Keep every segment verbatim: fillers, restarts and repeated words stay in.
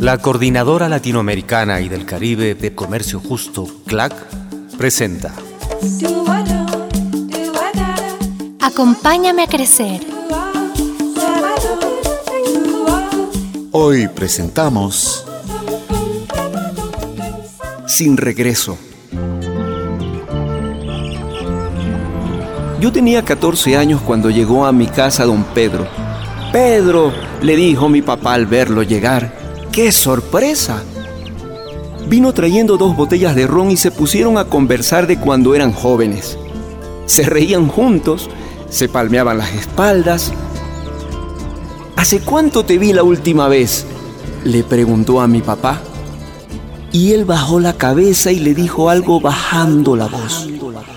La Coordinadora Latinoamericana y del Caribe de Comercio Justo, C L A C, presenta Acompáñame a crecer. Hoy presentamos Sin Regreso. Yo tenía catorce años cuando llegó a mi casa don Pedro. ¡Pedro!, le dijo mi papá al verlo llegar. ¡Qué sorpresa! Vino trayendo dos botellas de ron y se pusieron a conversar de cuando eran jóvenes. Se reían juntos, se palmeaban las espaldas. ¿Hace cuánto te vi la última vez?, le preguntó a mi papá. Y él bajó la cabeza y le dijo algo bajando la voz.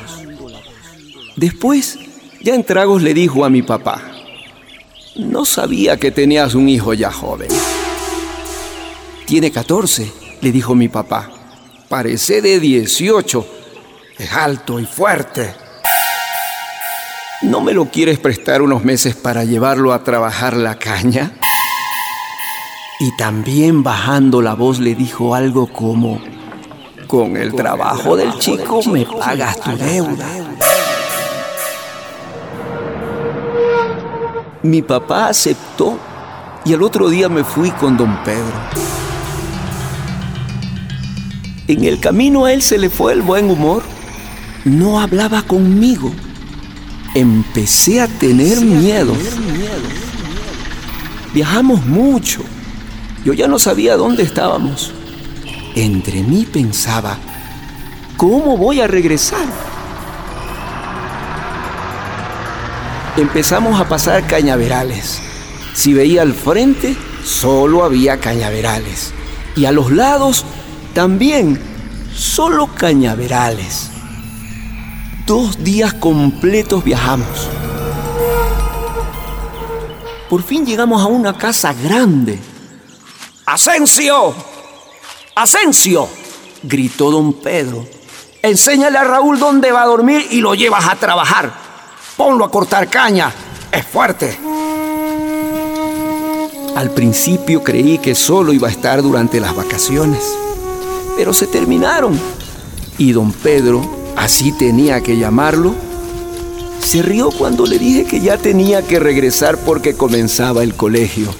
Después, ya en tragos, le dijo a mi papá: no sabía que tenías un hijo ya joven. Tiene catorce, le dijo mi papá. Parece de dieciocho. Es alto y fuerte. ¿No me lo quieres prestar unos meses para llevarlo a trabajar la caña? Y también bajando la voz le dijo algo como: con el trabajo del chico me pagas tu deuda. Mi papá aceptó y al otro día me fui con don Pedro. En el camino a él se le fue el buen humor. No hablaba conmigo. Empecé a tener miedo. Viajamos mucho. Yo ya no sabía dónde estábamos. Entre mí pensaba: ¿cómo voy a regresar? Empezamos a pasar cañaverales. Si veía al frente, solo había cañaverales. Y a los lados, también, solo cañaverales. Dos días completos viajamos. Por fin llegamos a una casa grande. ¡Asensio! ¡Asensio!, gritó don Pedro. Enséñale a Raúl dónde va a dormir y lo llevas a trabajar. Ponlo a cortar caña. Es fuerte. Al principio creí que solo iba a estar durante las vacaciones, pero se terminaron. Y don Pedro, así tenía que llamarlo, se rió cuando le dije que ya tenía que regresar porque comenzaba el colegio.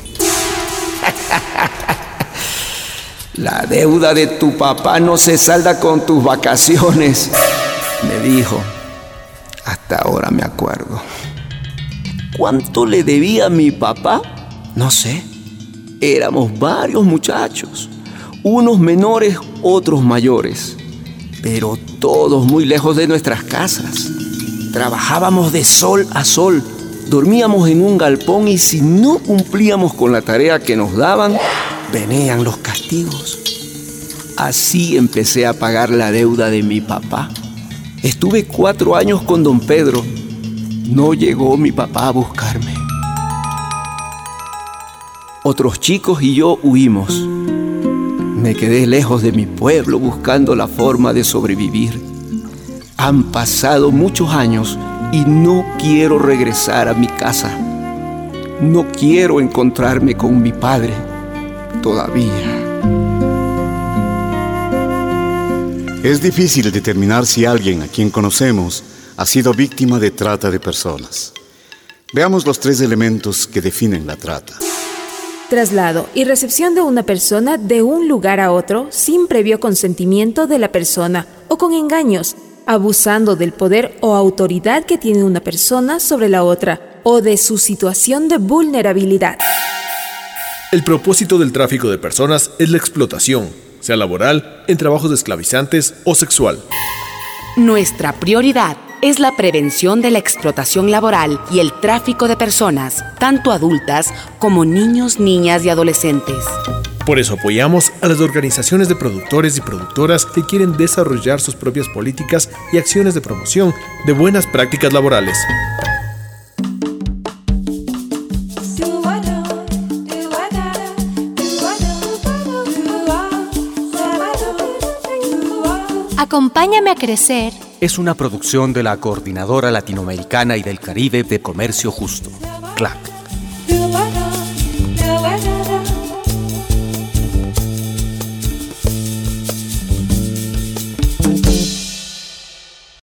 La deuda de tu papá no se salda con tus vacaciones, me dijo. Hasta ahora me acuerdo. ¿Cuánto le debía a mi papá? No sé. Éramos varios muchachos, unos menores, otros mayores, pero todos muy lejos de nuestras casas. Trabajábamos de sol a sol, dormíamos en un galpón y si no cumplíamos con la tarea que nos daban, venían los castigos. Así empecé a pagar la deuda de mi papá. Estuve cuatro años con don Pedro. No llegó mi papá a buscarme. Otros chicos y yo huimos. Me quedé lejos de mi pueblo buscando la forma de sobrevivir. Han pasado muchos años y no quiero regresar a mi casa. No quiero encontrarme con mi padre todavía. Es difícil determinar si alguien a quien conocemos ha sido víctima de trata de personas. Veamos los tres elementos que definen la trata. Traslado y recepción de una persona de un lugar a otro sin previo consentimiento de la persona o con engaños, abusando del poder o autoridad que tiene una persona sobre la otra o de su situación de vulnerabilidad. El propósito del tráfico de personas es la explotación, sea laboral, en trabajos esclavizantes o sexual. Nuestra prioridad es la prevención de la explotación laboral y el tráfico de personas, tanto adultas como niños, niñas y adolescentes. Por eso apoyamos a las organizaciones de productores y productoras que quieren desarrollar sus propias políticas y acciones de promoción de buenas prácticas laborales. Acompáñame a crecer. Es una producción de la Coordinadora Latinoamericana y del Caribe de Comercio Justo, C L A C.